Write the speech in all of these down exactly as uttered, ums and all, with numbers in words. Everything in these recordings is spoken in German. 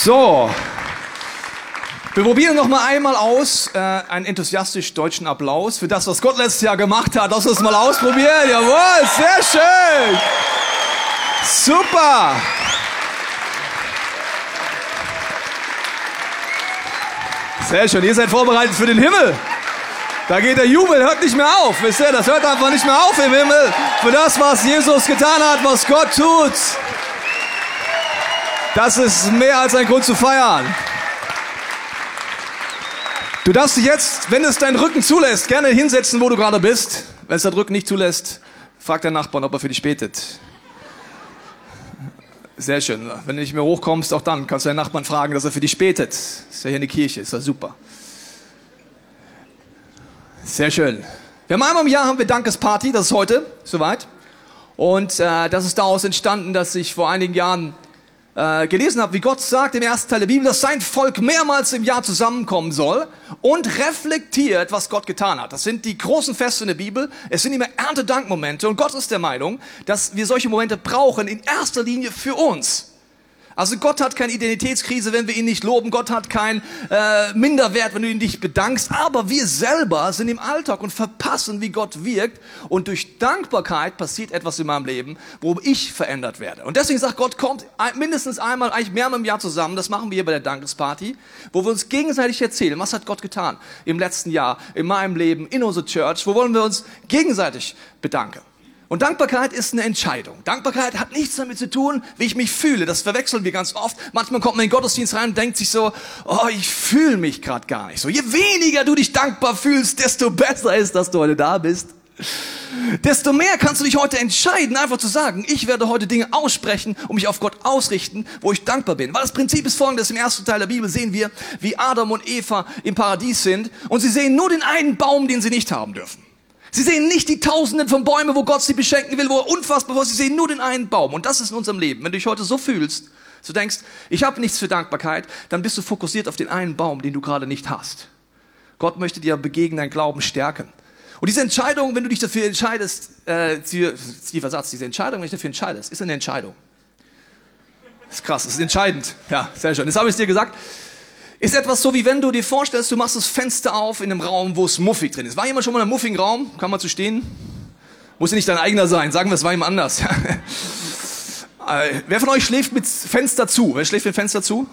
So, wir probieren noch mal einmal aus, äh, einen enthusiastisch deutschen Applaus für das, was Gott letztes Jahr gemacht hat. Lass uns mal ausprobieren. Jawohl, sehr schön. Super. Sehr schön, ihr seid vorbereitet für den Himmel. Da geht der Jubel, hört nicht mehr auf. Wisst ihr, das hört einfach nicht mehr auf im Himmel. Für das, was Jesus getan hat, was Gott tut. Das ist mehr als ein Grund zu feiern. Du darfst dich jetzt, wenn es dein Rücken zulässt, gerne hinsetzen, wo du gerade bist. Wenn es dein Rücken nicht zulässt, frag deinen Nachbarn, ob er für dich betet. Sehr schön. Wenn du nicht mehr hochkommst, auch dann kannst du deinen Nachbarn fragen, dass er für dich betet. Ist ja hier eine Kirche, ist ja super. Sehr schön. Wir haben einmal im Jahr haben wir Dankesparty, das ist heute, soweit. Und äh, das ist daraus entstanden, dass ich vor einigen Jahren äh, gelesen habe, wie Gott sagt im ersten Teil der Bibel, dass sein Volk mehrmals im Jahr zusammenkommen soll und reflektiert, was Gott getan hat. Das sind die großen Feste in der Bibel. Es sind immer Erntedankmomente und Gott ist der Meinung, dass wir solche Momente brauchen, in erster Linie für uns. Also Gott hat keine Identitätskrise, wenn wir ihn nicht loben. Gott hat keinen äh, Minderwert, wenn du ihn nicht bedankst. Aber wir selber sind im Alltag und verpassen, wie Gott wirkt. Und durch Dankbarkeit passiert etwas in meinem Leben, wo ich verändert werde. Und deswegen sagt Gott, kommt mindestens einmal, eigentlich mehrmals im Jahr zusammen. Das machen wir hier bei der Dankesparty, wo wir uns gegenseitig erzählen, was hat Gott getan im letzten Jahr, in meinem Leben, in unserer Church. Wo wollen wir uns gegenseitig bedanken? Und Dankbarkeit ist eine Entscheidung. Dankbarkeit hat nichts damit zu tun, wie ich mich fühle. Das verwechseln wir ganz oft. Manchmal kommt man in den Gottesdienst rein und denkt sich so, oh, ich fühle mich gerade gar nicht so. Je weniger du dich dankbar fühlst, desto besser ist, dass du heute da bist. Desto mehr kannst du dich heute entscheiden, einfach zu sagen, ich werde heute Dinge aussprechen und mich auf Gott ausrichten, wo ich dankbar bin. Weil das Prinzip ist folgendes, im ersten Teil der Bibel sehen wir, wie Adam und Eva im Paradies sind und sie sehen nur den einen Baum, den sie nicht haben dürfen. Sie sehen nicht die Tausenden von Bäumen, wo Gott sie beschenken will, wo er unfassbar ist. Sie sehen nur den einen Baum. Und das ist in unserem Leben. Wenn du dich heute so fühlst, so denkst, ich habe nichts für Dankbarkeit, dann bist du fokussiert auf den einen Baum, den du gerade nicht hast. Gott möchte dir begegnen, deinen Glauben stärken. Und diese Entscheidung, wenn du dich dafür entscheidest, äh, tiefer Satz, diese Entscheidung, wenn du dich dafür entscheidest, ist eine Entscheidung. Das ist krass, das ist entscheidend. Ja, sehr schön. Das habe ich dir gesagt. Ist etwas so, wie wenn du dir vorstellst, du machst das Fenster auf in einem Raum, wo es muffig drin ist. War jemand schon mal in einem muffigen Raum? Kann man zu stehen? Muss ja nicht dein eigener sein. Sagen wir, es war jemand anders. Wer von euch schläft mit Fenster zu? Wer schläft mit Fenster zu?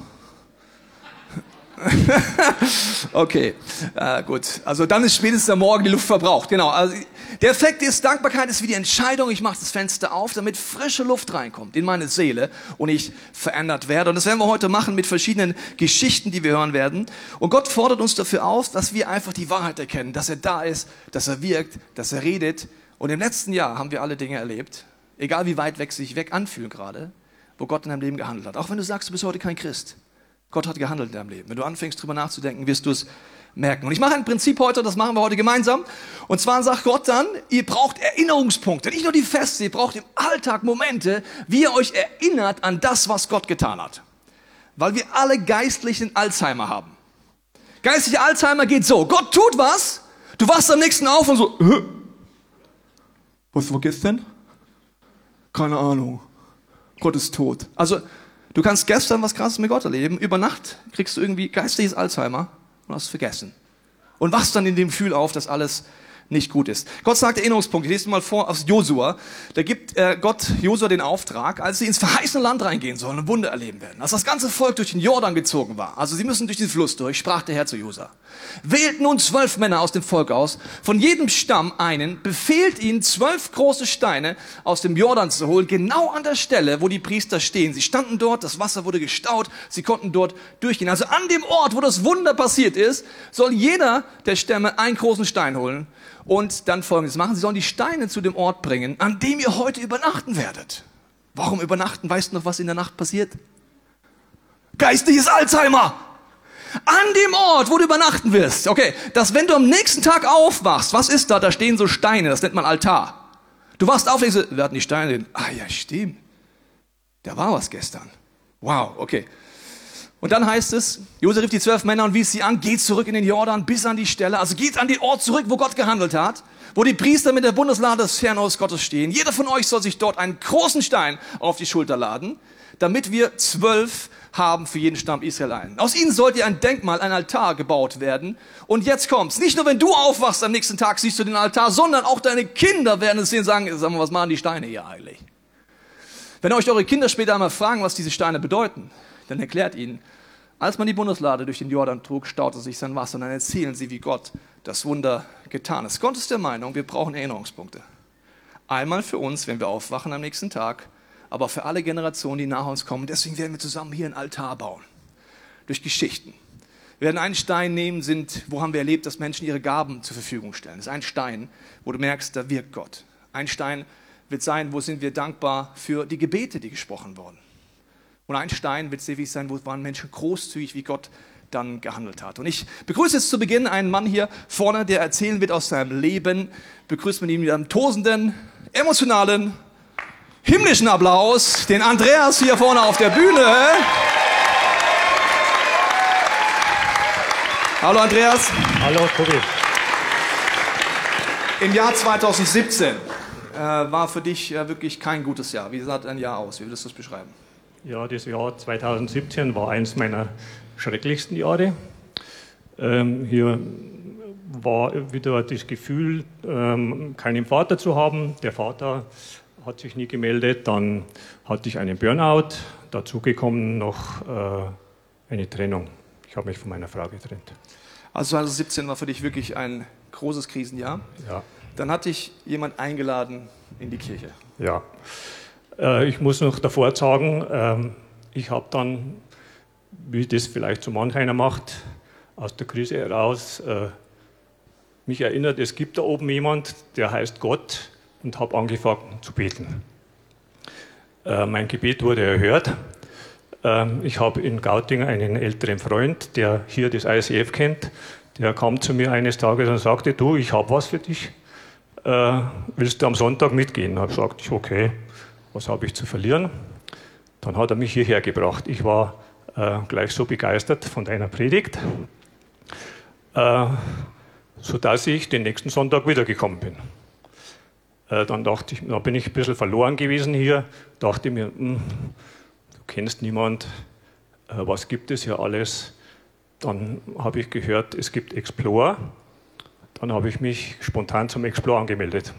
Okay, äh, gut. Also dann ist spätestens am Morgen die Luft verbraucht. Genau. Also der Effekt ist, Dankbarkeit ist wie die Entscheidung, ich mache das Fenster auf, damit frische Luft reinkommt in meine Seele und ich verändert werde. Und das werden wir heute machen mit verschiedenen Geschichten, die wir hören werden. Und Gott fordert uns dafür auf, dass wir einfach die Wahrheit erkennen, dass er da ist, dass er wirkt, dass er redet. Und im letzten Jahr haben wir alle Dinge erlebt, egal wie weit weg sie sich weg anfühlen gerade, wo Gott in deinem Leben gehandelt hat. Auch wenn du sagst, du bist heute kein Christ. Gott hat gehandelt in deinem Leben. Wenn du anfängst, drüber nachzudenken, wirst du es merken. Und ich mache ein Prinzip heute, das machen wir heute gemeinsam. Und zwar sagt Gott dann, ihr braucht Erinnerungspunkte. Nicht nur die Feste, ihr braucht im Alltag Momente, wie ihr euch erinnert an das, was Gott getan hat. Weil wir alle geistlichen Alzheimer haben. Geistlicher Alzheimer geht so, Gott tut was, du wachst am nächsten auf und so, Hä? Was war gestern? Keine Ahnung. Gott ist tot. Also, du kannst gestern was Krasses mit Gott erleben. Über Nacht kriegst du irgendwie geistliches Alzheimer und hast es vergessen. Und wachst dann in dem Gefühl auf, dass alles nicht gut ist. Gott sagt Erinnerungspunkt. Ich lese dir mal vor aus Josua. Da gibt äh, Gott Josua den Auftrag, als sie ins verheißene Land reingehen sollen und Wunder erleben werden. Als das ganze Volk durch den Jordan gezogen war, also sie müssen durch den Fluss durch, sprach der Herr zu Josua. Wählt nun zwölf Männer aus dem Volk aus, von jedem Stamm einen, befehlt ihnen, zwölf große Steine aus dem Jordan zu holen, genau an der Stelle, wo die Priester stehen. Sie standen dort, das Wasser wurde gestaut, sie konnten dort durchgehen. Also an dem Ort, wo das Wunder passiert ist, soll jeder der Stämme einen großen Stein holen und dann Folgendes machen. Sie sollen die Steine zu dem Ort bringen, an dem ihr heute übernachten werdet. Warum übernachten? Weißt du noch, was in der Nacht passiert? Geistliches Alzheimer! An dem Ort, wo du übernachten wirst. Okay, dass wenn du am nächsten Tag aufwachst, was ist da? Da stehen so Steine, das nennt man Altar. Du wachst auf und denkst, wir hatten die Steine drin. Ah ja, stimmt. Da war was gestern. Wow, okay. Und dann heißt es, Josef rief die zwölf Männer und wies sie an, geht zurück in den Jordan bis an die Stelle, also geht an den Ort zurück, wo Gott gehandelt hat, wo die Priester mit der Bundeslade des Fernrohrs Gottes stehen. Jeder von euch soll sich dort einen großen Stein auf die Schulter laden, damit wir zwölf haben für jeden Stamm Israel einen. Aus ihnen sollte ein Denkmal, ein Altar gebaut werden. Und jetzt kommt's. Nicht nur, wenn du aufwachst am nächsten Tag, siehst du den Altar, sondern auch deine Kinder werden es sehen und sagen, sag mal, was machen die Steine hier eigentlich? Wenn euch eure Kinder später einmal fragen, was diese Steine bedeuten, dann erklärt ihnen, als man die Bundeslade durch den Jordan trug, staute sich sein Wasser und dann erzählen sie, wie Gott das Wunder getan ist. Gott ist der Meinung, wir brauchen Erinnerungspunkte. Einmal für uns, wenn wir aufwachen am nächsten Tag, aber für alle Generationen, die nach uns kommen. Deswegen werden wir zusammen hier einen Altar bauen. Durch Geschichten. Wir werden einen Stein nehmen, sind, wo haben wir erlebt, dass Menschen ihre Gaben zur Verfügung stellen. Das ist ein Stein, wo du merkst, da wirkt Gott. Ein Stein wird sein, wo sind wir dankbar für die Gebete, die gesprochen wurden. Und ein Stein wird ewig sein, wo waren Menschen großzügig, wie Gott dann gehandelt hat. Und ich begrüße jetzt zu Beginn einen Mann hier vorne, der erzählen wird aus seinem Leben. Begrüßt man ihn mit einem tosenden, emotionalen, himmlischen Applaus. Den Andreas hier vorne auf der Bühne. Hallo Andreas. Hallo Tobi. Im Jahr zweitausendsiebzehn äh, war für dich äh, wirklich kein gutes Jahr. Wie sah ein Jahr aus? Wie würdest du es beschreiben? Ja, das Jahr zweitausendsiebzehn war eines meiner schrecklichsten Jahre. Ähm, hier war wieder das Gefühl, ähm, keinen Vater zu haben. Der Vater hat sich nie gemeldet. Dann hatte ich einen Burnout. Dazu gekommen noch äh, eine Trennung. Ich habe mich von meiner Frau getrennt. Also zweitausendsiebzehn war für dich wirklich ein großes Krisenjahr. Ja. Dann hat dich jemand eingeladen in die Kirche. Ja. Äh, ich muss noch davor sagen, äh, ich habe dann, wie das vielleicht so manch einer macht, aus der Krise heraus äh, mich erinnert, es gibt da oben jemand, der heißt Gott, und habe angefangen zu beten. Äh, mein Gebet wurde erhört. Äh, ich habe in Gauting einen älteren Freund, der hier das I C F kennt. Der kam zu mir eines Tages und sagte, du, ich habe was für dich. Äh, willst du am Sonntag mitgehen? Da habe ich gesagt, okay, was habe ich zu verlieren? Dann hat er mich hierher gebracht. Ich war äh, gleich so begeistert von deiner Predigt, äh, sodass ich den nächsten Sonntag wiedergekommen bin. Äh, dann dachte ich, da bin ich ein bisschen verloren gewesen hier, dachte mir, mh, du kennst niemand, äh, was gibt es hier alles? Dann habe ich gehört, es gibt Explore. Dann habe ich mich spontan zum Explore angemeldet.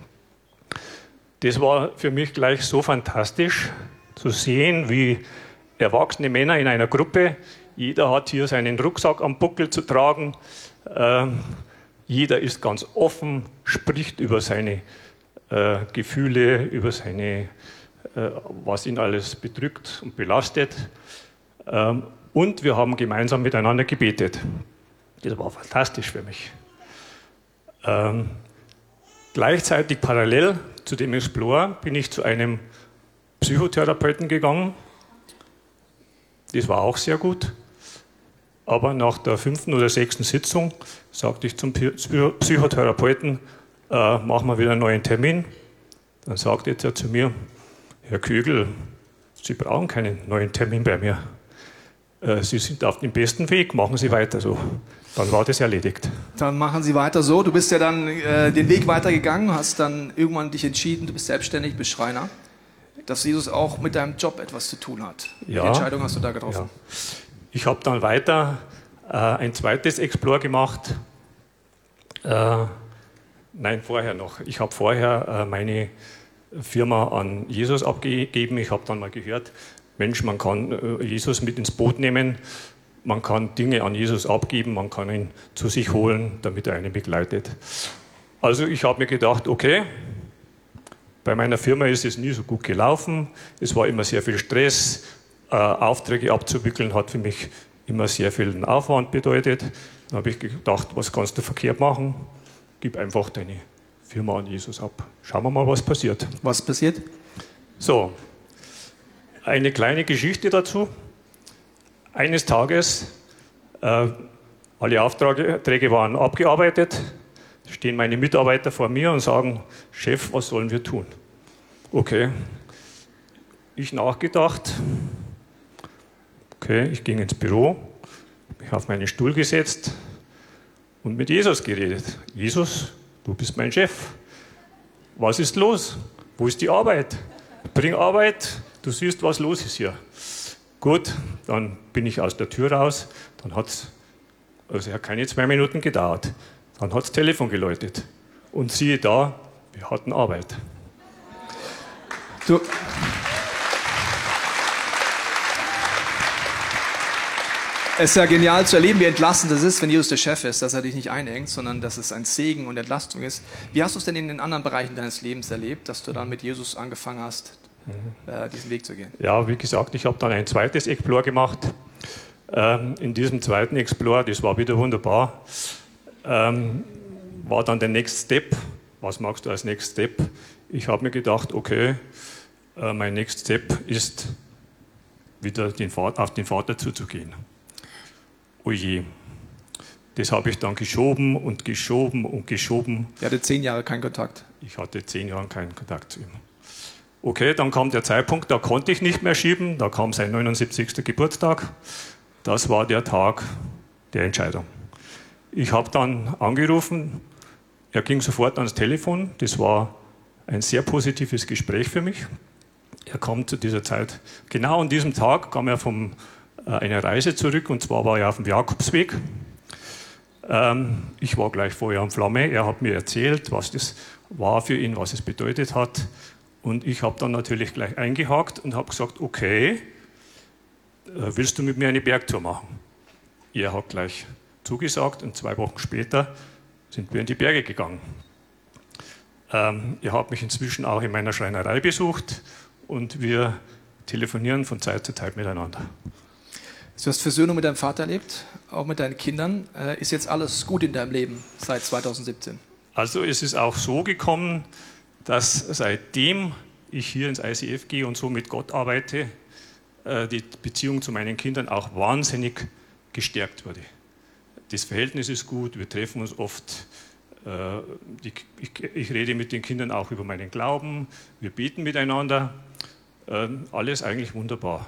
Das war für mich gleich so fantastisch, zu sehen, wie erwachsene Männer in einer Gruppe, jeder hat hier seinen Rucksack am Buckel zu tragen, ähm, jeder ist ganz offen, spricht über seine äh, Gefühle, über seine, äh, was ihn alles bedrückt und belastet. Ähm, und wir haben gemeinsam miteinander gebetet. Das war fantastisch für mich. Ähm, gleichzeitig parallel zu dem Explorer bin ich zu einem Psychotherapeuten gegangen. Das war auch sehr gut. Aber nach der fünften oder sechsten Sitzung sagte ich zum Psychotherapeuten, äh, machen wir wieder einen neuen Termin. Dann sagte er zu mir, Herr Kögel, Sie brauchen keinen neuen Termin bei mir. Äh, Sie sind auf dem besten Weg, machen Sie weiter so. Dann war das erledigt. Dann machen Sie weiter so. Du bist ja dann äh, den Weg weitergegangen, hast dann irgendwann dich entschieden, du bist selbstständig, bist Schreiner, dass Jesus auch mit deinem Job etwas zu tun hat. Ja, Die Entscheidung hast du da getroffen. Ja. Ich habe dann weiter äh, ein zweites Explore gemacht. Äh, nein, vorher noch. Ich habe vorher äh, meine Firma an Jesus abgegeben. Ich habe dann mal gehört, Mensch, man kann äh, Jesus mit ins Boot nehmen. Man kann Dinge an Jesus abgeben, man kann ihn zu sich holen, damit er einen begleitet. Also ich habe mir gedacht, okay, bei meiner Firma ist es nie so gut gelaufen. Es war immer sehr viel Stress. Äh, Aufträge abzuwickeln hat für mich immer sehr viel Aufwand bedeutet. Dann habe ich gedacht, was kannst du verkehrt machen? Gib einfach deine Firma an Jesus ab. Schauen wir mal, was passiert. Was passiert? So, eine kleine Geschichte dazu. Eines Tages, äh, alle Aufträge waren abgearbeitet, stehen meine Mitarbeiter vor mir und sagen, Chef, was sollen wir tun? Okay, ich nachgedacht, okay, Okay, ich ging ins Büro, mich auf meinen Stuhl gesetzt und mit Jesus geredet. Jesus, du bist mein Chef. Was ist los? Wo ist die Arbeit? Bring Arbeit, du siehst, was los ist hier. Gut, dann bin ich aus der Tür raus, dann hat es, also hat keine zwei Minuten gedauert, dann hat das Telefon geläutet und siehe da, wir hatten Arbeit. Du, es ist ja genial zu erleben, wie entlastend es ist, wenn Jesus der Chef ist, dass er dich nicht einengt, sondern dass es ein Segen und Entlastung ist. Wie hast du es denn in den anderen Bereichen deines Lebens erlebt, dass du dann mit Jesus angefangen hast, mhm. äh, diesen Weg zu gehen? Ja, wie gesagt, ich habe dann ein zweites Explore gemacht. Ähm, in diesem zweiten Explore, das war wieder wunderbar, ähm, war dann der Next Step. Was machst du als Next Step? Ich habe mir gedacht, okay, äh, mein Next Step ist, wieder den Vater, auf den Vater zuzugehen. Oje, das habe ich dann geschoben und geschoben und geschoben. Er hatte zehn Jahre keinen Kontakt. Ich hatte zehn Jahre keinen Kontakt zu ihm. Okay, dann kam der Zeitpunkt, da konnte ich nicht mehr schieben, da kam sein neunundsiebzigster Geburtstag. Das war der Tag der Entscheidung. Ich habe dann angerufen, er ging sofort ans Telefon, das war ein sehr positives Gespräch für mich. Er kam zu dieser Zeit, genau an diesem Tag kam er von äh, einer Reise zurück, und zwar war er auf dem Jakobsweg. Ähm, ich war gleich Feuer und Flamme, er hat mir erzählt, was das war für ihn, was es bedeutet hat. Und ich habe dann natürlich gleich eingehakt und habe gesagt, okay, willst du mit mir eine Bergtour machen? Er hat gleich zugesagt und zwei Wochen später sind wir in die Berge gegangen. Ähm, er hat mich inzwischen auch in meiner Schreinerei besucht und wir telefonieren von Zeit zu Zeit miteinander. Du hast Versöhnung mit deinem Vater erlebt, auch mit deinen Kindern. Äh, ist jetzt alles gut in deinem Leben seit zweitausendsiebzehn? Also es ist auch so gekommen, dass seitdem ich hier ins I C F gehe und so mit Gott arbeite, die Beziehung zu meinen Kindern auch wahnsinnig gestärkt wurde. Das Verhältnis ist gut, wir treffen uns oft, ich rede mit den Kindern auch über meinen Glauben, wir beten miteinander, alles eigentlich wunderbar.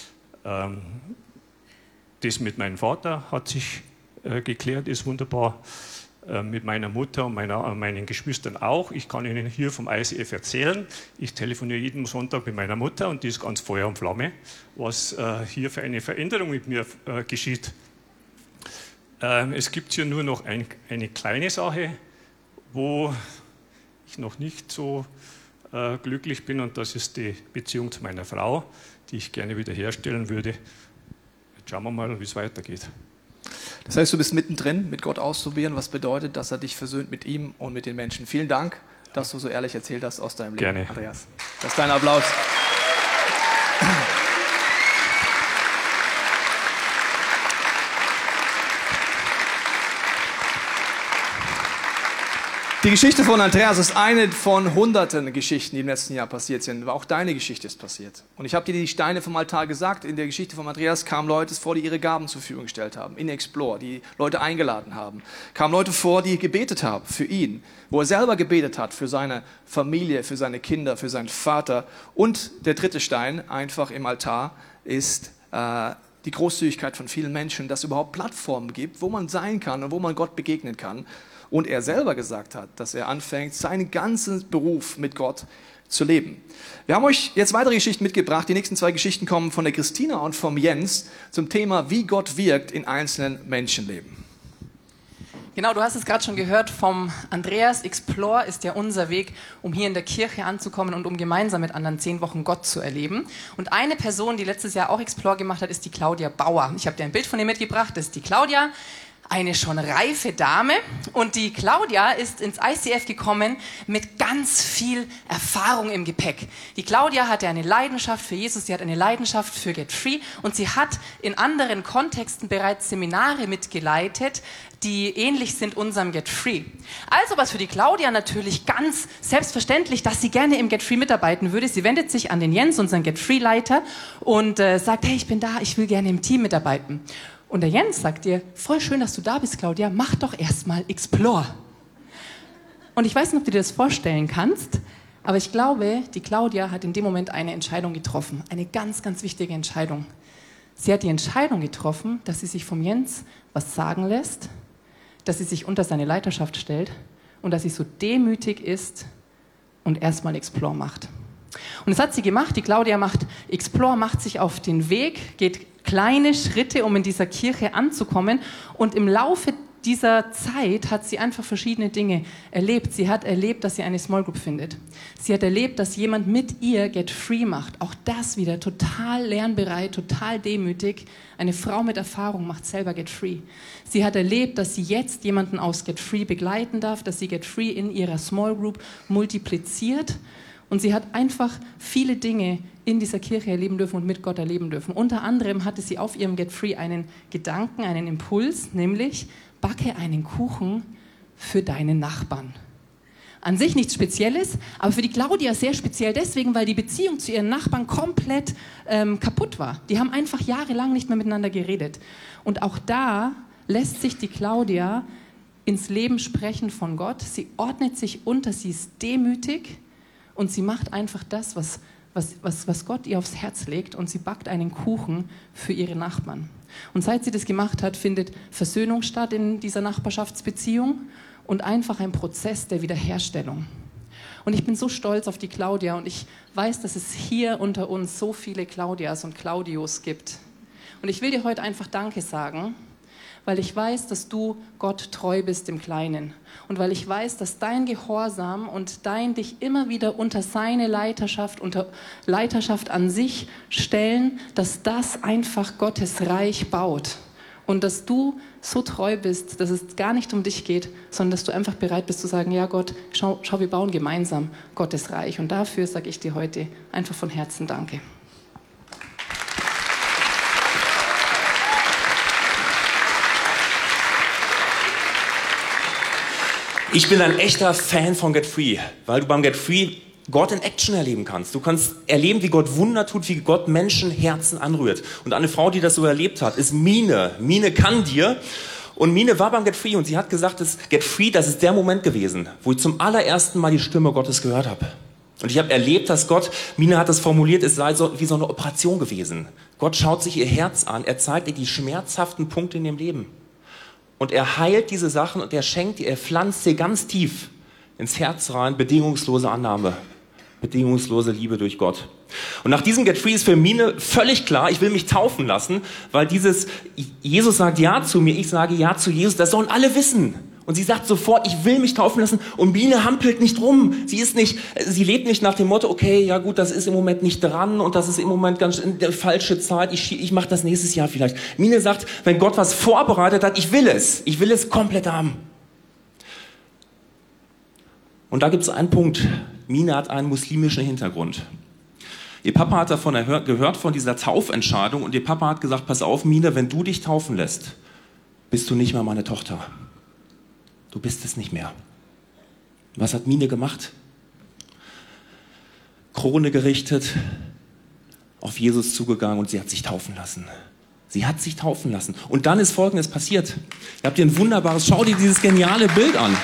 Das mit meinem Vater hat sich geklärt, ist wunderbar. Mit meiner Mutter und meiner, meinen Geschwistern auch. Ich kann Ihnen hier vom I C F erzählen. Ich telefoniere jeden Sonntag mit meiner Mutter und die ist ganz Feuer und Flamme, was äh, hier für eine Veränderung mit mir äh, geschieht. Ähm, es gibt hier nur noch ein, eine kleine Sache, wo ich noch nicht so äh, glücklich bin, und das ist die Beziehung zu meiner Frau, die ich gerne wiederherstellen würde. Jetzt schauen wir mal, wie es weitergeht. Das heißt, du bist mittendrin, mit Gott auszuprobieren, was bedeutet, dass er dich versöhnt mit ihm und mit den Menschen. Vielen Dank, dass du so ehrlich erzählt hast aus deinem Leben, Gerne. Andreas. Das ist dein Applaus. Die Geschichte von Andreas ist eine von hunderten Geschichten, die im letzten Jahr passiert sind. Aber auch deine Geschichte ist passiert. Und ich habe dir die Steine vom Altar gesagt. In der Geschichte von Andreas kamen Leute vor, die ihre Gaben zur Verfügung gestellt haben. In Explore, die Leute eingeladen haben. Kamen Leute vor, die gebetet haben für ihn. Wo er selber gebetet hat für seine Familie, für seine Kinder, für seinen Vater. Und der dritte Stein, einfach im Altar, ist äh, die Großzügigkeit von vielen Menschen, dass es überhaupt Plattformen gibt, wo man sein kann und wo man Gott begegnen kann. Und er selber gesagt hat, dass er anfängt, seinen ganzen Beruf mit Gott zu leben. Wir haben euch jetzt weitere Geschichten mitgebracht. Die nächsten zwei Geschichten kommen von der Christina und vom Jens zum Thema, wie Gott wirkt in einzelnen Menschenleben. Genau, du hast es gerade schon gehört vom Andreas. Explore ist ja unser Weg, um hier in der Kirche anzukommen und um gemeinsam mit anderen zehn Wochen Gott zu erleben. Und eine Person, die letztes Jahr auch Explore gemacht hat, ist die Claudia Bauer. Ich habe dir ein Bild von ihr mitgebracht. Das ist die Claudia. Eine schon reife Dame, und die Claudia ist ins I C F gekommen mit ganz viel Erfahrung im Gepäck. Die Claudia hatte eine Leidenschaft für Jesus, sie hat eine Leidenschaft für Get Free, und sie hat in anderen Kontexten bereits Seminare mitgeleitet, die ähnlich sind unserem Get Free. Also was für die Claudia natürlich ganz selbstverständlich, dass sie gerne im Get Free mitarbeiten würde. Sie wendet sich an den Jens, unseren Get Free Leiter, und äh, sagt, hey, ich bin da, ich will gerne im Team mitarbeiten. Und der Jens sagt dir, voll schön, dass du da bist, Claudia, mach doch erstmal Explore. Und ich weiß nicht, ob du dir das vorstellen kannst, aber ich glaube, die Claudia hat in dem Moment eine Entscheidung getroffen. Eine ganz, ganz wichtige Entscheidung. Sie hat die Entscheidung getroffen, dass sie sich vom Jens was sagen lässt, dass sie sich unter seine Leiterschaft stellt und dass sie so demütig ist und erstmal Explore macht. Und das hat sie gemacht. Die Claudia macht Explore, macht sich auf den Weg, geht kleine Schritte, um in dieser Kirche anzukommen. Und im Laufe dieser Zeit hat sie einfach verschiedene Dinge erlebt. Sie hat erlebt, dass sie eine Small Group findet. Sie hat erlebt, dass jemand mit ihr Get Free macht. Auch das wieder total lernbereit, total demütig. Eine Frau mit Erfahrung macht selber Get Free. Sie hat erlebt, dass sie jetzt jemanden aus Get Free begleiten darf, dass sie Get Free in ihrer Small Group multipliziert. Und sie hat einfach viele Dinge in dieser Kirche erleben dürfen und mit Gott erleben dürfen. Unter anderem hatte sie auf ihrem Get Free einen Gedanken, einen Impuls, nämlich backe einen Kuchen für deinen Nachbarn. An sich nichts Spezielles, aber für die Claudia sehr speziell deswegen, weil die Beziehung zu ihren Nachbarn komplett ähm, kaputt war. Die haben einfach jahrelang nicht mehr miteinander geredet. Und auch da lässt sich die Claudia ins Leben sprechen von Gott. Sie ordnet sich unter, sie ist demütig und sie macht einfach das, was, was, was, was Gott ihr aufs Herz legt, und sie backt einen Kuchen für ihre Nachbarn. Und seit sie das gemacht hat, findet Versöhnung statt in dieser Nachbarschaftsbeziehung und einfach ein Prozess der Wiederherstellung. Und ich bin so stolz auf die Claudia und ich weiß, dass es hier unter uns so viele Claudias und Claudios gibt. Und ich will dir heute einfach Danke sagen, weil ich weiß, dass du Gott treu bist im Kleinen. Und weil ich weiß, dass dein Gehorsam und dein dich immer wieder unter seine Leiterschaft, unter Leiterschaft an sich stellen, dass das einfach Gottes Reich baut. Und dass du so treu bist, dass es gar nicht um dich geht, sondern dass du einfach bereit bist zu sagen, ja Gott, schau, schau wir bauen gemeinsam Gottes Reich. Und dafür sage ich dir heute einfach von Herzen Danke. Ich bin ein echter Fan von Get Free, weil du beim Get Free Gott in Action erleben kannst. Du kannst erleben, wie Gott Wunder tut, wie Gott Menschenherzen anrührt. Und eine Frau, die das so erlebt hat, ist Mine. Mine kann dir. Und Mine war beim Get Free und sie hat gesagt, das Get Free, das ist der Moment gewesen, wo ich zum allerersten Mal die Stimme Gottes gehört habe. Und ich habe erlebt, dass Gott, Mine hat das formuliert, es sei so wie so eine Operation gewesen. Gott schaut sich ihr Herz an, er zeigt ihr die schmerzhaften Punkte in ihrem Leben. Und er heilt diese Sachen und er schenkt ihr, er pflanzt sie ganz tief ins Herz rein, bedingungslose Annahme, bedingungslose Liebe durch Gott. Und nach diesem Get Free ist für Mine völlig klar, ich will mich taufen lassen, weil dieses, Jesus sagt Ja zu mir, ich sage Ja zu Jesus, das sollen alle wissen. Und sie sagt sofort, ich will mich taufen lassen, und Mine hampelt nicht rum. Sie ist nicht, sie lebt nicht nach dem Motto, okay, ja gut, das ist im Moment nicht dran und das ist im Moment ganz in der falsche Zeit, ich, ich mache das nächstes Jahr vielleicht. Mine sagt, wenn Gott was vorbereitet hat, ich will es, ich will es komplett haben. Und da gibt es einen Punkt, Mine hat einen muslimischen Hintergrund. Ihr Papa hat davon gehört, von dieser Taufentscheidung, und ihr Papa hat gesagt, pass auf Mine, wenn du dich taufen lässt, bist du nicht mehr meine Tochter. Du bist es nicht mehr. Was hat Mine gemacht? Krone gerichtet, auf Jesus zugegangen und sie hat sich taufen lassen. Sie hat sich taufen lassen. Und dann ist Folgendes passiert. Ihr habt hier ein wunderbares, schau dir dieses geniale Bild an.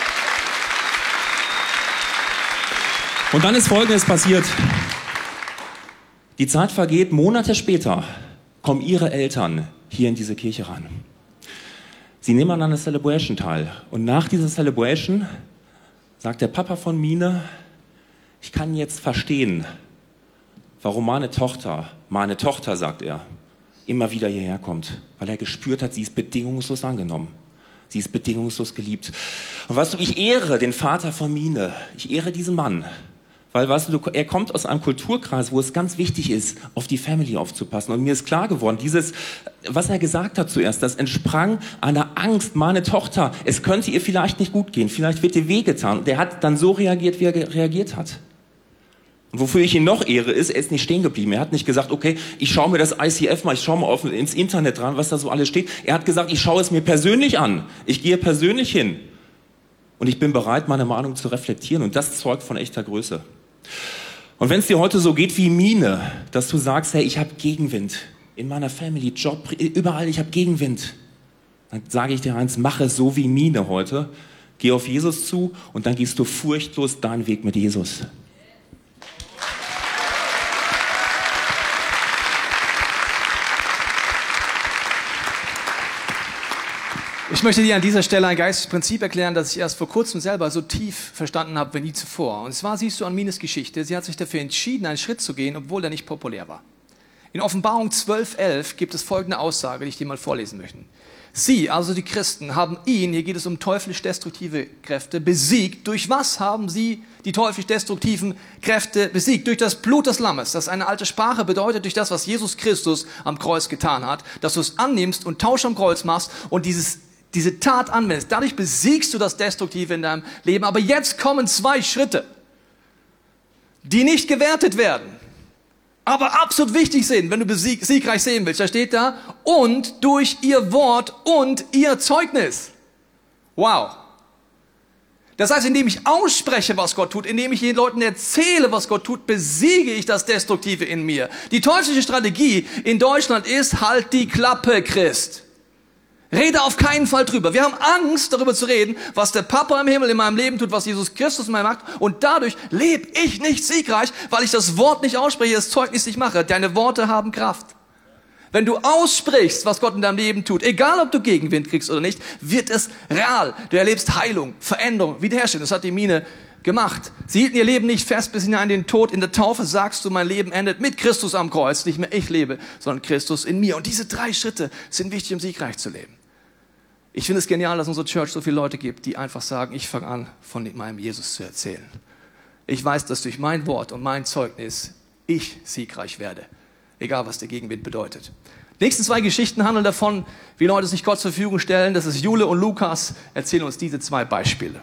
Und dann ist Folgendes passiert. Die Zeit vergeht, Monate später kommen ihre Eltern hier in diese Kirche ran. Sie nehmen an einer Celebration teil. Und nach dieser Celebration sagt der Papa von Mine, ich kann jetzt verstehen, warum meine Tochter, meine Tochter, sagt er, immer wieder hierher kommt. Weil er gespürt hat, sie ist bedingungslos angenommen. Sie ist bedingungslos geliebt. Und weißt du, ich ehre den Vater von Mine. Ich ehre diesen Mann. Weil, weißt du, er kommt aus einem Kulturkreis, wo es ganz wichtig ist, auf die Family aufzupassen. Und mir ist klar geworden, dieses, was er gesagt hat zuerst, das entsprang einer Angst, meine Tochter, es könnte ihr vielleicht nicht gut gehen, vielleicht wird ihr wehgetan. Und er hat dann so reagiert, wie er reagiert hat. Und wofür ich ihn noch ehre, ist, er ist nicht stehen geblieben. Er hat nicht gesagt, okay, ich schaue mir das I C F mal, ich schaue mal auf, ins Internet dran, was da so alles steht. Er hat gesagt, ich schaue es mir persönlich an. Ich gehe persönlich hin. Und ich bin bereit, meine Meinung zu reflektieren. Und das zeugt von echter Größe. Und wenn es dir heute so geht wie Mine, dass du sagst, hey, ich habe Gegenwind in meiner Family, Job, überall, ich habe Gegenwind, dann sage ich dir eins, mache so wie Mine heute, geh auf Jesus zu und dann gehst du furchtlos deinen Weg mit Jesus. Ich möchte dir an dieser Stelle ein geistliches Prinzip erklären, das ich erst vor kurzem selber so tief verstanden habe wie nie zuvor. Und zwar siehst du an Mines Geschichte, sie hat sich dafür entschieden, einen Schritt zu gehen, obwohl er nicht populär war. In Offenbarung zwölf elf gibt es folgende Aussage, die ich dir mal vorlesen möchte. Sie, also die Christen, haben ihn, hier geht es um teuflisch-destruktive Kräfte, besiegt. Durch was haben sie die teuflisch-destruktiven Kräfte besiegt? Durch das Blut des Lammes. Das ist eine alte Sprache, bedeutet durch das, was Jesus Christus am Kreuz getan hat, dass du es annimmst und Tausch am Kreuz machst und dieses, diese Tat anwendest. Dadurch besiegst du das Destruktive in deinem Leben. Aber jetzt kommen zwei Schritte, die nicht gewertet werden, aber absolut wichtig sind, wenn du besieg, siegreich sehen willst. Da steht da, und durch ihr Wort und ihr Zeugnis. Wow. Das heißt, indem ich ausspreche, was Gott tut, indem ich den Leuten erzähle, was Gott tut, besiege ich das Destruktive in mir. Die teuflische Strategie in Deutschland ist, halt die Klappe, Christ. Rede auf keinen Fall drüber. Wir haben Angst, darüber zu reden, was der Papa im Himmel in meinem Leben tut, was Jesus Christus in meinem macht. Und dadurch lebe ich nicht siegreich, weil ich das Wort nicht ausspreche, das Zeugnis nicht mache. Deine Worte haben Kraft. Wenn du aussprichst, was Gott in deinem Leben tut, egal ob du Gegenwind kriegst oder nicht, wird es real. Du erlebst Heilung, Veränderung, Wiederherstellung. Das hat die Mine gemacht. Sie hielten ihr Leben nicht fest bis hinein in den Tod. In der Taufe sagst du, mein Leben endet mit Christus am Kreuz. Nicht mehr ich lebe, sondern Christus in mir. Und diese drei Schritte sind wichtig, um siegreich zu leben. Ich finde es genial, dass unsere Church so viele Leute gibt, die einfach sagen, ich fange an, von meinem Jesus zu erzählen. Ich weiß, dass durch mein Wort und mein Zeugnis ich siegreich werde. Egal, was der Gegenwind bedeutet. Die nächsten zwei Geschichten handeln davon, wie Leute sich Gott zur Verfügung stellen. Das ist Jule und Lukas. Erzählen uns diese zwei Beispiele.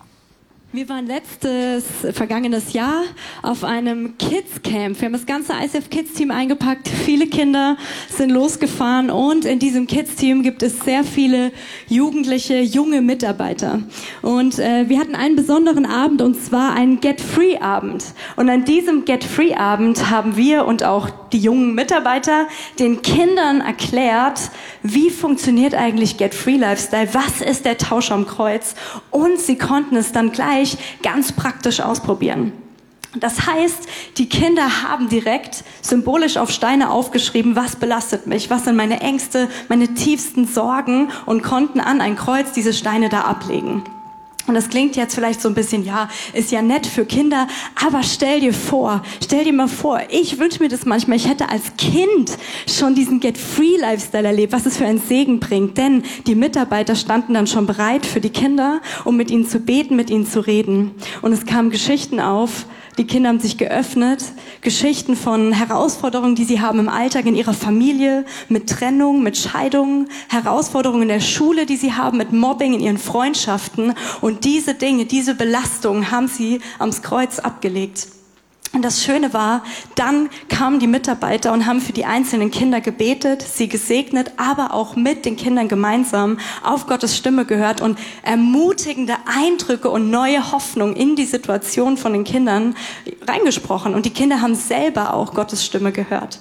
Wir waren letztes, vergangenes Jahr auf einem Kids-Camp. Wir haben das ganze I C F Kids-Team eingepackt. Viele Kinder sind losgefahren und in diesem Kids-Team gibt es sehr viele jugendliche, junge Mitarbeiter. Und äh, wir hatten einen besonderen Abend und zwar einen Get-Free-Abend. Und an diesem Get-Free-Abend haben wir und auch die jungen Mitarbeiter den Kindern erklärt, wie funktioniert eigentlich Get-Free-Lifestyle, was ist der Tausch am Kreuz, und sie konnten es dann gleich ganz praktisch ausprobieren. Das heißt, die Kinder haben direkt symbolisch auf Steine aufgeschrieben, was belastet mich, was sind meine Ängste, meine tiefsten Sorgen, und konnten an ein Kreuz diese Steine da ablegen. Und das klingt jetzt vielleicht so ein bisschen, ja, ist ja nett für Kinder, aber stell dir vor, stell dir mal vor, ich wünsche mir das manchmal, ich hätte als Kind schon diesen Get-Free-Lifestyle erlebt, was es für einen Segen bringt, denn die Mitarbeiter standen dann schon bereit für die Kinder, um mit ihnen zu beten, mit ihnen zu reden. Und es kamen Geschichten auf, die Kinder haben sich geöffnet, Geschichten von Herausforderungen, die sie haben im Alltag, in ihrer Familie, mit Trennung, mit Scheidungen, Herausforderungen in der Schule, die sie haben, mit Mobbing in ihren Freundschaften. Und diese Dinge, diese Belastungen haben sie ans Kreuz abgelegt. Und das Schöne war, dann kamen die Mitarbeiter und haben für die einzelnen Kinder gebetet, sie gesegnet, aber auch mit den Kindern gemeinsam auf Gottes Stimme gehört und ermutigende Eindrücke und neue Hoffnung in die Situation von den Kindern reingesprochen. Und die Kinder haben selber auch Gottes Stimme gehört.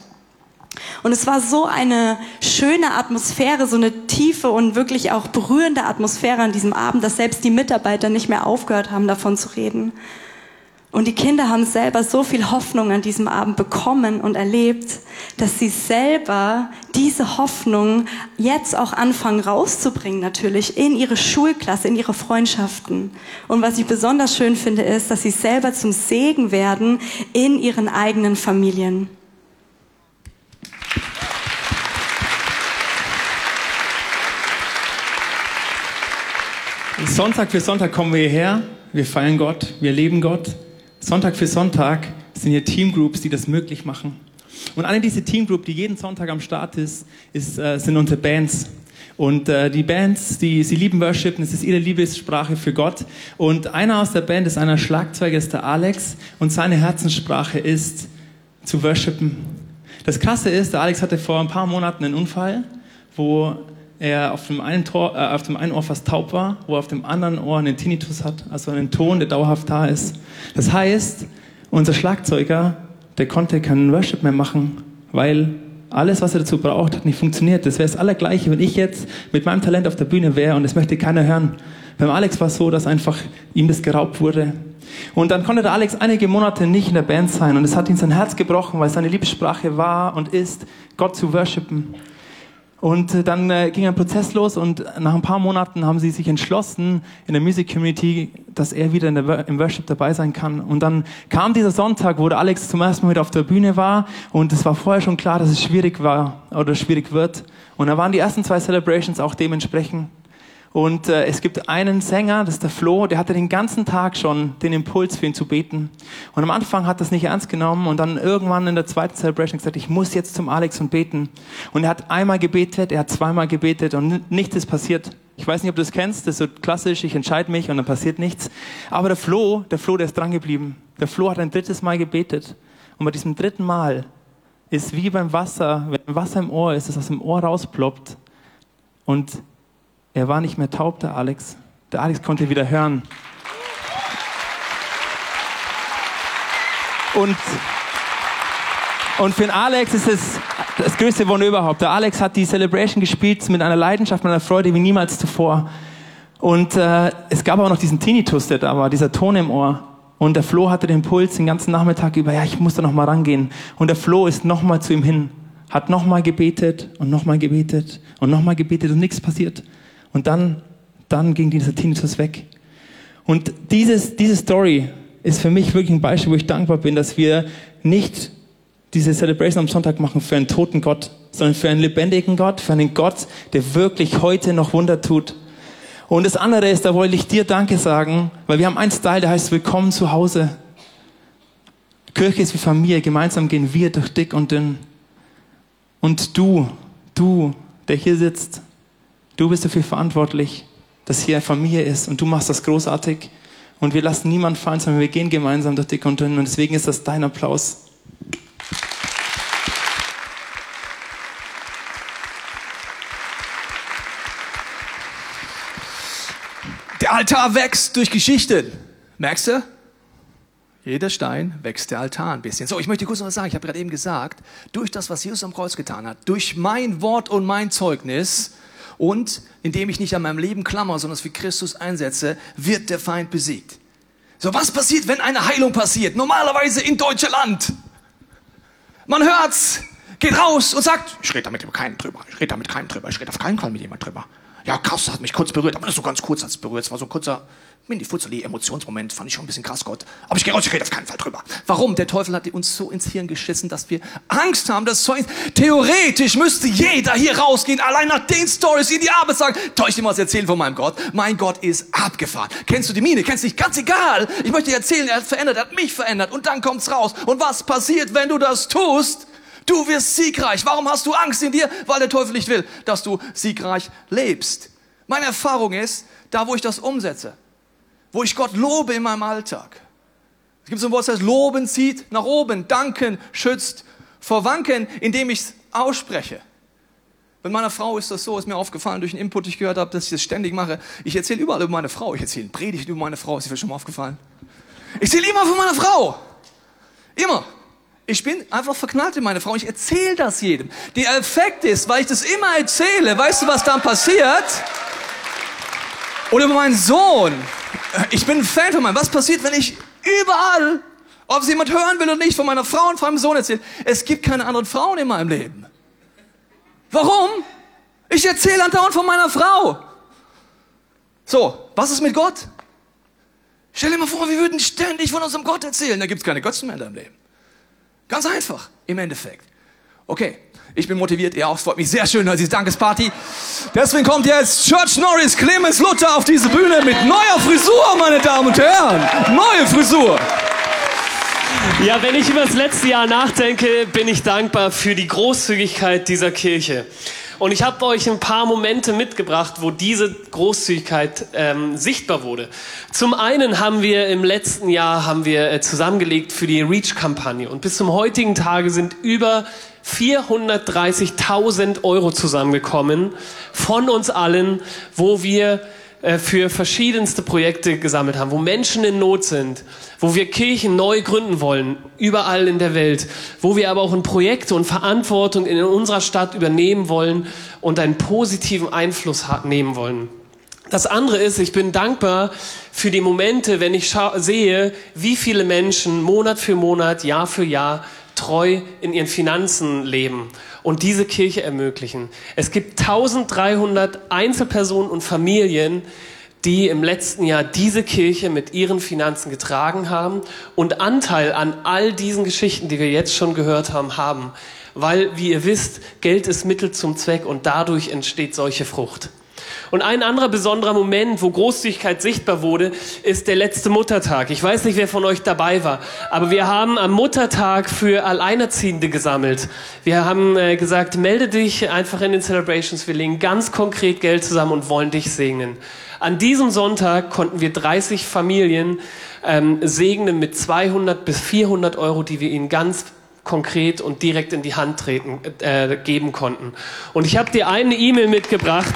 Und es war so eine schöne Atmosphäre, so eine tiefe und wirklich auch berührende Atmosphäre an diesem Abend, dass selbst die Mitarbeiter nicht mehr aufgehört haben, davon zu reden. Und die Kinder haben selber so viel Hoffnung an diesem Abend bekommen und erlebt, dass sie selber diese Hoffnung jetzt auch anfangen rauszubringen, natürlich in ihre Schulklasse, in ihre Freundschaften. Und was ich besonders schön finde, ist, dass sie selber zum Segen werden in ihren eigenen Familien. Sonntag für Sonntag kommen wir hierher, wir feiern Gott, wir leben Gott. Sonntag für Sonntag sind hier Teamgroups, die das möglich machen. Und eine dieser Teamgroups, die jeden Sonntag am Start ist, ist äh, sind unsere Bands. Und äh, die Bands, die, sie lieben Worship, das ist ihre Liebessprache für Gott. Und einer aus der Band ist einer Schlagzeuger, ist der Alex. Und seine Herzenssprache ist zu worshipen. Das Krasse ist, der Alex hatte vor ein paar Monaten einen Unfall, wo er auf dem einen, Tor, äh, auf dem einen Ohr fast taub war, wo er auf dem anderen Ohr einen Tinnitus hat, also einen Ton, der dauerhaft da ist. Das heißt, unser Schlagzeuger, der konnte keinen Worship mehr machen, weil alles, was er dazu braucht, hat nicht funktioniert. Das wäre das Allergleiche, wenn ich jetzt mit meinem Talent auf der Bühne wäre und es möchte keiner hören. Beim Alex war es so, dass einfach ihm das geraubt wurde. Und dann konnte der Alex einige Monate nicht in der Band sein und es hat ihm sein Herz gebrochen, weil seine Liebessprache war und ist, Gott zu worshipen. Und äh, dann äh, ging ein Prozess los und nach ein paar Monaten haben sie sich entschlossen in der Music Community, dass er wieder in der, im Worship dabei sein kann. Und dann kam dieser Sonntag, wo der Alex zum ersten Mal wieder auf der Bühne war und es war vorher schon klar, dass es schwierig war oder schwierig wird. Und da waren die ersten zwei Celebrations auch dementsprechend. Und äh, es gibt einen Sänger, das ist der Flo, der hatte den ganzen Tag schon den Impuls für ihn zu beten. Und am Anfang hat er das nicht ernst genommen und dann irgendwann in der zweiten Celebration gesagt, ich muss jetzt zum Alex und beten. Und er hat einmal gebetet, er hat zweimal gebetet und nichts ist passiert. Ich weiß nicht, ob du das kennst, das ist so klassisch, ich entscheide mich und dann passiert nichts. Aber der Flo, der Flo, der ist dran geblieben. Der Flo hat ein drittes Mal gebetet. Und bei diesem dritten Mal ist wie beim Wasser, wenn Wasser im Ohr ist, das aus dem Ohr rausploppt. Und er war nicht mehr taub, der Alex. Der Alex konnte wieder hören. Und, und für den Alex ist es das größte Wunder überhaupt. Der Alex hat die Celebration gespielt mit einer Leidenschaft, mit einer Freude wie niemals zuvor. Und äh, es gab auch noch diesen Tinnitus, der da war, dieser Ton im Ohr. Und der Flo hatte den Puls den ganzen Nachmittag über, ja, ich muss da noch mal rangehen. Und der Flo ist noch mal zu ihm hin, hat noch mal gebetet und noch mal gebetet und noch mal gebetet und nichts passiert. Und dann, dann ging dieser Tinnitus weg. Und dieses, diese Story ist für mich wirklich ein Beispiel, wo ich dankbar bin, dass wir nicht diese Celebration am Sonntag machen für einen toten Gott, sondern für einen lebendigen Gott, für einen Gott, der wirklich heute noch Wunder tut. Und das andere ist, da wollte ich dir Danke sagen, weil wir haben einen Style, der heißt Willkommen zu Hause. Kirche ist wie Familie, gemeinsam gehen wir durch dick und dünn. Und du, du, der hier sitzt, du bist dafür verantwortlich, dass hier eine Familie ist und du machst das großartig. Und wir lassen niemanden fallen, sondern wir gehen gemeinsam durch dick und dünn und deswegen ist das dein Applaus. Der Altar wächst durch Geschichten. Merkst du? Jeder Stein wächst der Altar ein bisschen. So, ich möchte kurz noch was sagen. Ich habe gerade eben gesagt, durch das, was Jesus am Kreuz getan hat, durch mein Wort und mein Zeugnis und indem ich nicht an meinem Leben klammer, sondern es für Christus einsetze, wird der Feind besiegt. So, was passiert, wenn eine Heilung passiert? Normalerweise in Deutschland. Man hört's, geht raus und sagt, ich rede da mit keinem drüber, ich rede da mit keinem drüber, ich rede auf keinen Fall mit jemand drüber. Ja, krass, das hat mich kurz berührt, aber das ist so ganz kurz hat es berührt. Es war so ein kurzer, Mini-Futzeli-Emotionsmoment, fand ich schon ein bisschen krass, Gott. Aber ich gehe raus, ich rede auf keinen Fall drüber. Warum? Der Teufel hat uns so ins Hirn geschissen, dass wir Angst haben, dass Zeug. Theoretisch müsste jeder hier rausgehen, allein nach den Stories in die Arbeit sagen, soll ich dir was erzählen von meinem Gott? Mein Gott ist abgefahren. Kennst du die Mine? Kennst du nicht? Ganz egal. Ich möchte dir erzählen, er hat verändert, er hat mich verändert. Und dann kommt's raus. Und was passiert, wenn du das tust? Du wirst siegreich. Warum hast du Angst in dir? Weil der Teufel nicht will, dass du siegreich lebst. Meine Erfahrung ist, da wo ich das umsetze, wo ich Gott lobe in meinem Alltag. Es gibt so ein Wort, das heißt, loben zieht nach oben, danken schützt vor Wanken, indem ich es ausspreche. Bei meiner Frau ist das so, ist mir aufgefallen durch einen Input, den ich gehört habe, dass ich das ständig mache. Ich erzähle überall über meine Frau, ich erzähle Predigten über meine Frau, ist dir schon mal aufgefallen? Ich erzähle immer von meiner Frau. Immer. Ich bin einfach verknallt in meine Frau. Ich erzähle das jedem. Der Effekt ist, weil ich das immer erzähle, weißt du, was dann passiert? Oder über meinen Sohn. Ich bin ein Fan von meinem. Was passiert, wenn ich überall, ob es jemand hören will oder nicht, von meiner Frau und von meinem Sohn erzähle? Es gibt keine anderen Frauen in meinem Leben. Warum? Ich erzähle andauernd von meiner Frau. So, was ist mit Gott? Stell dir mal vor, wir würden ständig von unserem Gott erzählen. Da gibt es keine Götzen mehr in deinem Leben. Ganz einfach, im Endeffekt. Okay, ich bin motiviert, ihr auch. Es freut mich sehr schön, diese Dankesparty. Deswegen kommt jetzt Church Norris Clemens Luther auf diese Bühne mit neuer Frisur, meine Damen und Herren. Neue Frisur. Ja, wenn ich über das letzte Jahr nachdenke, bin ich dankbar für die Großzügigkeit dieser Kirche. Und ich habe euch ein paar Momente mitgebracht, wo diese Großzügigkeit ähm, sichtbar wurde. Zum einen haben wir im letzten Jahr haben wir äh, zusammengelegt für die Reach-Kampagne. Und bis zum heutigen Tage sind über vierhundertdreißigtausend Euro zusammengekommen von uns allen, wo wir äh, für verschiedenste Projekte gesammelt haben, wo Menschen in Not sind, wo wir Kirchen neu gründen wollen, überall in der Welt, wo wir aber auch in Projekte und Verantwortung in unserer Stadt übernehmen wollen und einen positiven Einfluss nehmen wollen. Das andere ist, ich bin dankbar für die Momente, wenn ich sehe, wie viele Menschen Monat für Monat, Jahr für Jahr treu in ihren Finanzen leben und diese Kirche ermöglichen. Es gibt eintausenddreihundert Einzelpersonen und Familien, die im letzten Jahr diese Kirche mit ihren Finanzen getragen haben und Anteil an all diesen Geschichten, die wir jetzt schon gehört haben, haben. Weil, wie ihr wisst, Geld ist Mittel zum Zweck und dadurch entsteht solche Frucht. Und ein anderer besonderer Moment, wo Großzügigkeit sichtbar wurde, ist der letzte Muttertag. Ich weiß nicht, wer von euch dabei war, aber wir haben am Muttertag für Alleinerziehende gesammelt. Wir haben äh, gesagt, melde dich einfach in den Celebrations. Wir legen ganz konkret Geld zusammen und wollen dich segnen. An diesem Sonntag konnten wir dreißig Familien ähm, segnen mit zweihundert bis vierhundert Euro, die wir ihnen ganz konkret und direkt in die Hand treten, äh, geben konnten. Und ich habe dir eine E-Mail mitgebracht.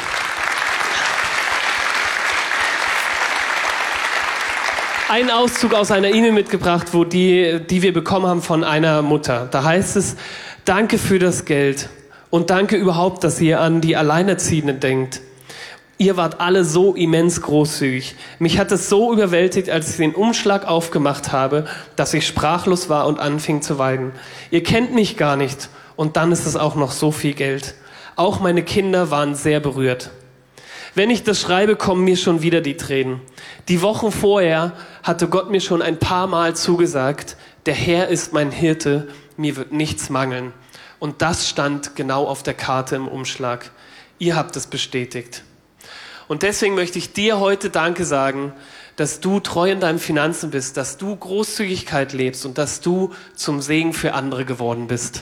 Einen Auszug aus einer E-Mail mitgebracht, wo die, die wir bekommen haben von einer Mutter. Da heißt es, danke für das Geld und danke überhaupt, dass ihr an die Alleinerziehenden denkt. Ihr wart alle so immens großzügig. Mich hat es so überwältigt, als ich den Umschlag aufgemacht habe, dass ich sprachlos war und anfing zu weinen. Ihr kennt mich gar nicht und dann ist es auch noch so viel Geld. Auch meine Kinder waren sehr berührt. Wenn ich das schreibe, kommen mir schon wieder die Tränen. Die Wochen vorher hatte Gott mir schon ein paar Mal zugesagt, der Herr ist mein Hirte, mir wird nichts mangeln. Und das stand genau auf der Karte im Umschlag. Ihr habt es bestätigt. Und deswegen möchte ich dir heute Danke sagen, dass du treu in deinen Finanzen bist, dass du Großzügigkeit lebst und dass du zum Segen für andere geworden bist.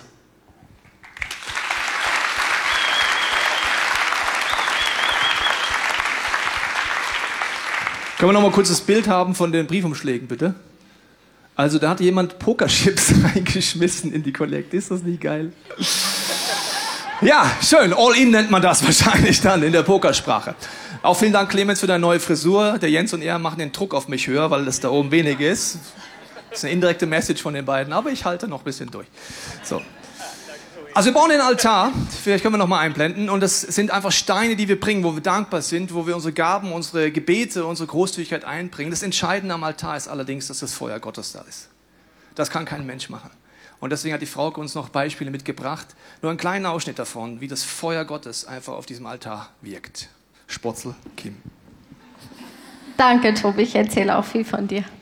Können wir noch mal kurz das Bild haben von den Briefumschlägen, bitte? Also da hat jemand Pokerchips reingeschmissen in die Kollekte. Ist das nicht geil? Ja, schön. All-in nennt man das wahrscheinlich dann in der Pokersprache. Auch vielen Dank, Clemens, für deine neue Frisur. Der Jens und er machen den Druck auf mich höher, weil das da oben wenig ist. Das ist eine indirekte Message von den beiden, aber ich halte noch ein bisschen durch. So. Also wir bauen den Altar, vielleicht können wir noch mal einblenden, und das sind einfach Steine, die wir bringen, wo wir dankbar sind, wo wir unsere Gaben, unsere Gebete, unsere Großzügigkeit einbringen. Das Entscheidende am Altar ist allerdings, dass das Feuer Gottes da ist. Das kann kein Mensch machen. Und deswegen hat die Frauke uns noch Beispiele mitgebracht, nur einen kleinen Ausschnitt davon, wie das Feuer Gottes einfach auf diesem Altar wirkt. Spotzel, Kim. Danke, Tobi, ich erzähle auch viel von dir.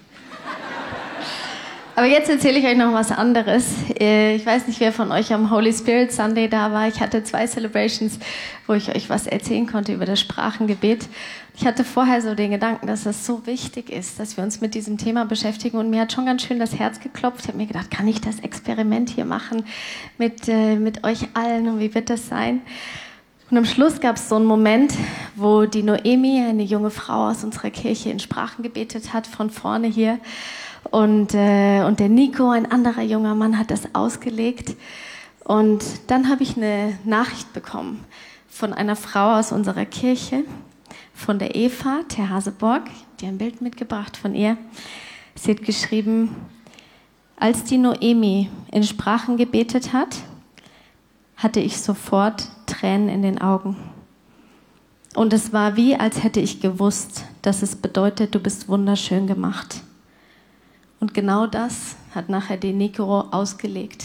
Aber jetzt erzähle ich euch noch was anderes. Ich weiß nicht, wer von euch am Holy Spirit Sunday da war. Ich hatte zwei Celebrations, wo ich euch was erzählen konnte über das Sprachengebet. Ich hatte vorher so den Gedanken, dass das so wichtig ist, dass wir uns mit diesem Thema beschäftigen. Und mir hat schon ganz schön das Herz geklopft. Ich habe mir gedacht, kann ich das Experiment hier machen mit, äh, mit euch allen und wie wird das sein? Und am Schluss gab es so einen Moment, wo die Noemi, eine junge Frau aus unserer Kirche, in Sprachen gebetet hat, von vorne hier. Und, äh, und der Nico, ein anderer junger Mann, hat das ausgelegt. Und dann habe ich eine Nachricht bekommen von einer Frau aus unserer Kirche, von der Eva, der Haseborg. Ich habe dir ein Bild mitgebracht von ihr. Sie hat geschrieben, als die Noemi in Sprachen gebetet hat, hatte ich sofort Tränen in den Augen. Und es war wie, als hätte ich gewusst, dass es bedeutet, du bist wunderschön gemacht. Und genau das hat nachher die Nico ausgelegt.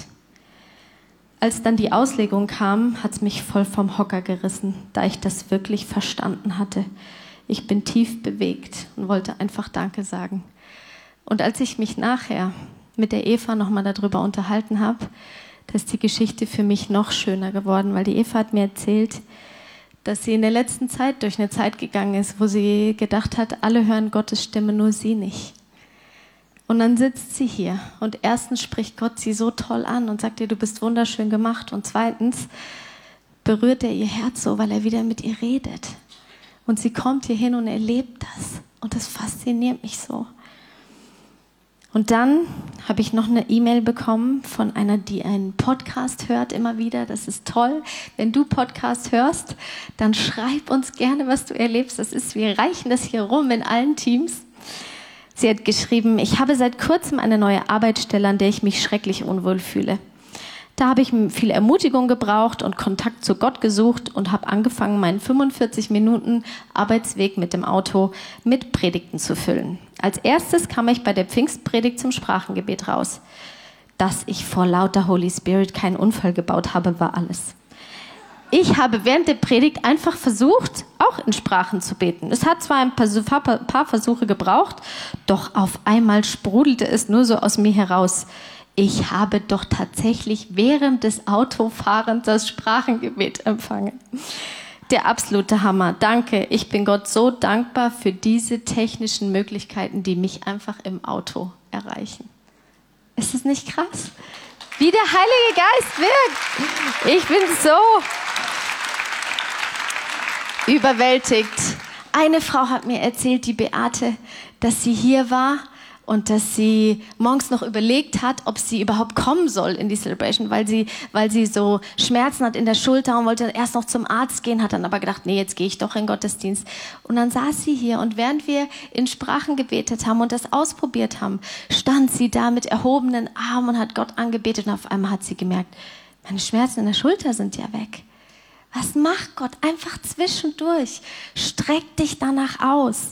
Als dann die Auslegung kam, hat es mich voll vom Hocker gerissen, da ich das wirklich verstanden hatte. Ich bin tief bewegt und wollte einfach Danke sagen. Und als ich mich nachher mit der Eva nochmal darüber unterhalten habe, da ist die Geschichte für mich noch schöner geworden, weil die Eva hat mir erzählt, dass sie in der letzten Zeit durch eine Zeit gegangen ist, wo sie gedacht hat, alle hören Gottes Stimme, nur sie nicht. Und dann sitzt sie hier und erstens spricht Gott sie so toll an und sagt ihr, du bist wunderschön gemacht. Und zweitens berührt er ihr Herz so, weil er wieder mit ihr redet. Und sie kommt hier hin und erlebt das. Und das fasziniert mich so. Und dann habe ich noch eine E-Mail bekommen von einer, die einen Podcast hört immer wieder. Das ist toll. Wenn du Podcast hörst, dann schreib uns gerne, was du erlebst. Das ist, wir reichen das hier rum in allen Teams. Sie hat geschrieben, ich habe seit kurzem eine neue Arbeitsstelle, an der ich mich schrecklich unwohl fühle. Da habe ich viel Ermutigung gebraucht und Kontakt zu Gott gesucht und habe angefangen, meinen fünfundvierzig Minuten Arbeitsweg mit dem Auto mit Predigten zu füllen. Als erstes kam ich bei der Pfingstpredigt zum Sprachengebet raus. Dass ich vor lauter Holy Spirit keinen Unfall gebaut habe, war alles. Ich habe während der Predigt einfach versucht, auch in Sprachen zu beten. Es hat zwar ein paar Versuche gebraucht, doch auf einmal sprudelte es nur so aus mir heraus. Ich habe doch tatsächlich während des Autofahrens das Sprachengebet empfangen. Der absolute Hammer. Danke. Ich bin Gott so dankbar für diese technischen Möglichkeiten, die mich einfach im Auto erreichen. Ist es nicht krass? Wie der Heilige Geist wirkt. Ich bin so überwältigt. Eine Frau hat mir erzählt, die Beate, dass sie hier war und dass sie morgens noch überlegt hat, ob sie überhaupt kommen soll in die Celebration, weil sie, weil sie so Schmerzen hat in der Schulter und wollte erst noch zum Arzt gehen, hat dann aber gedacht, nee, jetzt gehe ich doch in den Gottesdienst. Und dann saß sie hier und während wir in Sprachen gebetet haben und das ausprobiert haben, stand sie da mit erhobenen Armen und hat Gott angebetet und auf einmal hat sie gemerkt, meine Schmerzen in der Schulter sind ja weg. Was macht Gott? Einfach zwischendurch. Streck dich danach aus.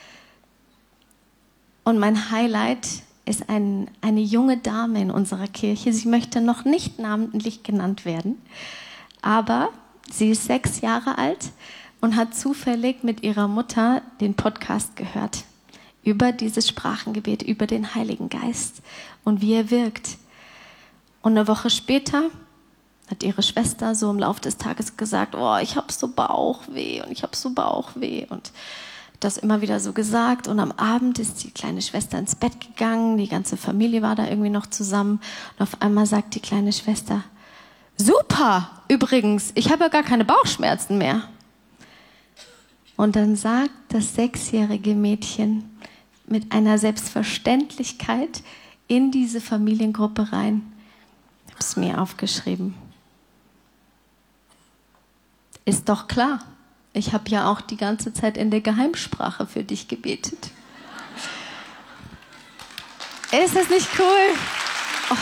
Und mein Highlight ist ein, eine junge Dame in unserer Kirche. Sie möchte noch nicht namentlich genannt werden, aber sie ist sechs Jahre alt und hat zufällig mit ihrer Mutter den Podcast gehört über dieses Sprachengebet, über den Heiligen Geist und wie er wirkt. Und eine Woche später hat ihre Schwester so im Laufe des Tages gesagt, oh, ich habe so Bauchweh und ich habe so Bauchweh und das immer wieder so gesagt. Und am Abend ist die kleine Schwester ins Bett gegangen, die ganze Familie war da irgendwie noch zusammen und auf einmal sagt die kleine Schwester, super, übrigens, ich habe ja gar keine Bauchschmerzen mehr. Und dann sagt das sechsjährige Mädchen mit einer Selbstverständlichkeit in diese Familiengruppe rein, ich habe es mir aufgeschrieben. Ist doch klar, ich habe ja auch die ganze Zeit in der Geheimsprache für dich gebetet. Ist das nicht cool? Oh.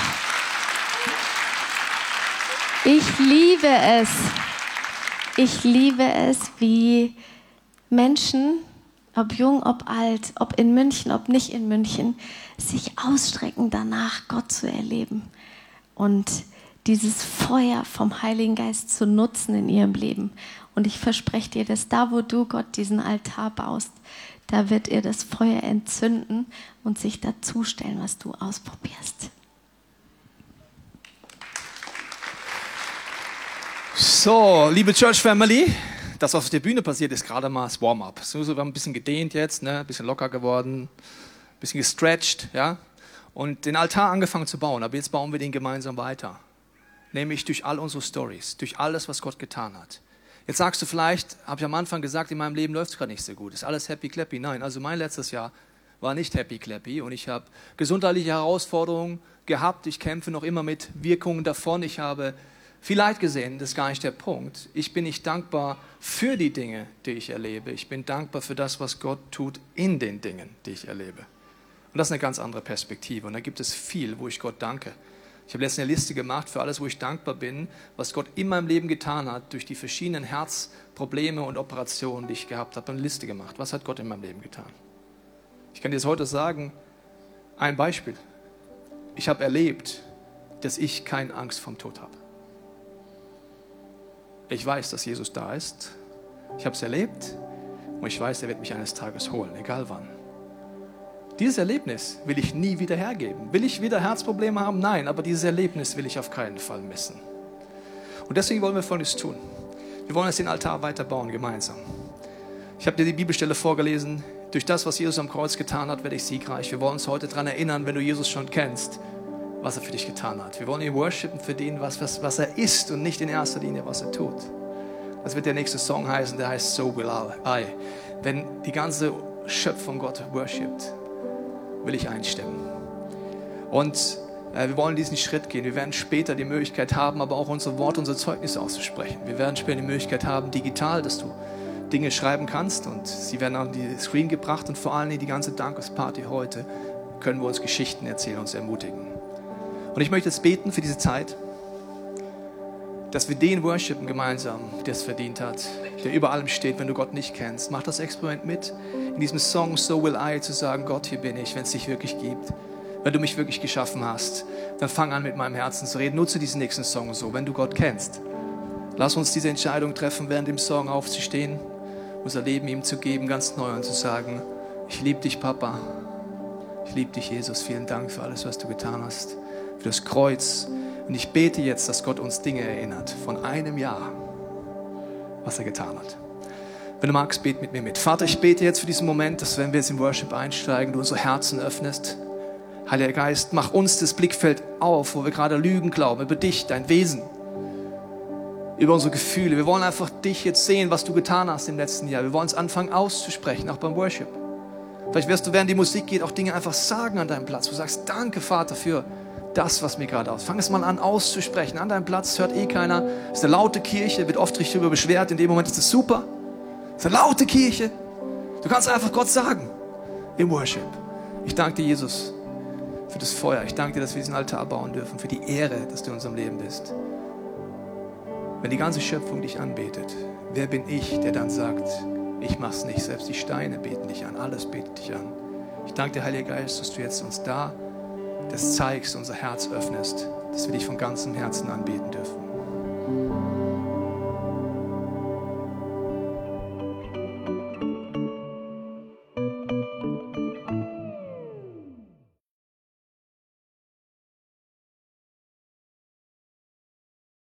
Ich liebe es. Ich liebe es, wie Menschen, ob jung, ob alt, ob in München, ob nicht in München, sich ausstrecken danach, Gott zu erleben. Und dieses Feuer vom Heiligen Geist zu nutzen in ihrem Leben. Und ich verspreche dir, dass da, wo du Gott diesen Altar baust, da wird er das Feuer entzünden und sich dazustellen, was du ausprobierst. So, liebe Church Family, das, was auf der Bühne passiert, ist gerade mal das Warm-up. So, wir haben ein bisschen gedehnt jetzt, ne? Ein bisschen locker geworden, ein bisschen gestretched, ja? Und den Altar angefangen zu bauen, aber jetzt bauen wir den gemeinsam weiter. Nämlich durch all unsere Stories, durch alles, was Gott getan hat. Jetzt sagst du vielleicht, habe ich am Anfang gesagt, in meinem Leben läuft es gerade nicht so gut. Ist alles happy-clappy? Nein, also mein letztes Jahr war nicht happy-clappy und ich habe gesundheitliche Herausforderungen gehabt. Ich kämpfe noch immer mit Wirkungen davon. Ich habe viel Leid gesehen, das ist gar nicht der Punkt. Ich bin nicht dankbar für die Dinge, die ich erlebe. Ich bin dankbar für das, was Gott tut in den Dingen, die ich erlebe. Und das ist eine ganz andere Perspektive. Und da gibt es viel, wo ich Gott danke. Ich habe letztens eine Liste gemacht für alles, wo ich dankbar bin, was Gott in meinem Leben getan hat, durch die verschiedenen Herzprobleme und Operationen, die ich gehabt habe. Eine Liste gemacht. Was hat Gott in meinem Leben getan? Ich kann dir das heute sagen, ein Beispiel. Ich habe erlebt, dass ich keine Angst vom Tod habe. Ich weiß, dass Jesus da ist. Ich habe es erlebt und ich weiß, er wird mich eines Tages holen, egal wann. Dieses Erlebnis will ich nie wieder hergeben. Will ich wieder Herzprobleme haben? Nein, aber dieses Erlebnis will ich auf keinen Fall missen. Und deswegen wollen wir Folgendes tun. Wir wollen jetzt den Altar weiterbauen, gemeinsam. Ich habe dir die Bibelstelle vorgelesen. Durch das, was Jesus am Kreuz getan hat, werde ich siegreich. Wir wollen uns heute daran erinnern, wenn du Jesus schon kennst, was er für dich getan hat. Wir wollen ihn worshipen für den, was, was, was er ist und nicht in erster Linie, was er tut. Das wird der nächste Song heißen, der heißt So Will I. Wenn die ganze Schöpfung Gott worshipt, will ich einstimmen. Und äh, wir wollen diesen Schritt gehen. Wir werden später die Möglichkeit haben, aber auch unsere Worte, unsere Zeugnisse auszusprechen. Wir werden später die Möglichkeit haben, digital, dass du Dinge schreiben kannst und sie werden auf die Screen gebracht und vor allem die ganze Dankesparty heute können wir uns Geschichten erzählen und uns ermutigen. Und ich möchte jetzt beten für diese Zeit, dass wir den worshipen gemeinsam, der es verdient hat, der über allem steht, wenn du Gott nicht kennst. Mach das Experiment mit, in diesem Song So Will I zu sagen, Gott, hier bin ich, wenn es dich wirklich gibt, wenn du mich wirklich geschaffen hast. dann fang an, mit meinem Herzen zu reden. Nutze diesen nächsten Song so, wenn du Gott kennst. Lass uns diese Entscheidung treffen, während dem Song aufzustehen, unser Leben ihm zu geben, ganz neu und zu sagen, ich liebe dich, Papa. Ich liebe dich, Jesus. Vielen Dank für alles, was du getan hast, für das Kreuz. Und ich bete jetzt, dass Gott uns Dinge erinnert von einem Jahr, was er getan hat. Wenn du magst, bet mit mir mit. Vater, ich bete jetzt für diesen Moment, dass wenn wir jetzt im Worship einsteigen, du unsere Herzen öffnest. Heiliger Geist, mach uns das Blickfeld auf, wo wir gerade Lügen glauben, über dich, dein Wesen, über unsere Gefühle. Wir wollen einfach dich jetzt sehen, was du getan hast im letzten Jahr. Wir wollen es anfangen auszusprechen, auch beim Worship. Vielleicht wirst du, während die Musik geht, auch Dinge einfach sagen an deinem Platz. Wo du sagst, danke Vater für das, was mir gerade aus. Fang es mal an auszusprechen. An deinem Platz hört eh keiner. Es ist eine laute Kirche, wird oft richtig darüber beschwert. In dem Moment ist es super. Es ist eine laute Kirche. Du kannst einfach Gott sagen im Worship. Ich danke dir, Jesus, für das Feuer. Ich danke dir, dass wir diesen Altar bauen dürfen, für die Ehre, dass du in unserem Leben bist. Wenn die ganze Schöpfung dich anbetet, wer bin ich, der dann sagt, ich mach's nicht, selbst die Steine beten dich an, alles betet dich an. Ich danke dir, Heiliger Geist, dass du jetzt uns da das zeigst, unser Herz öffnest, dass wir dich von ganzem Herzen anbeten dürfen.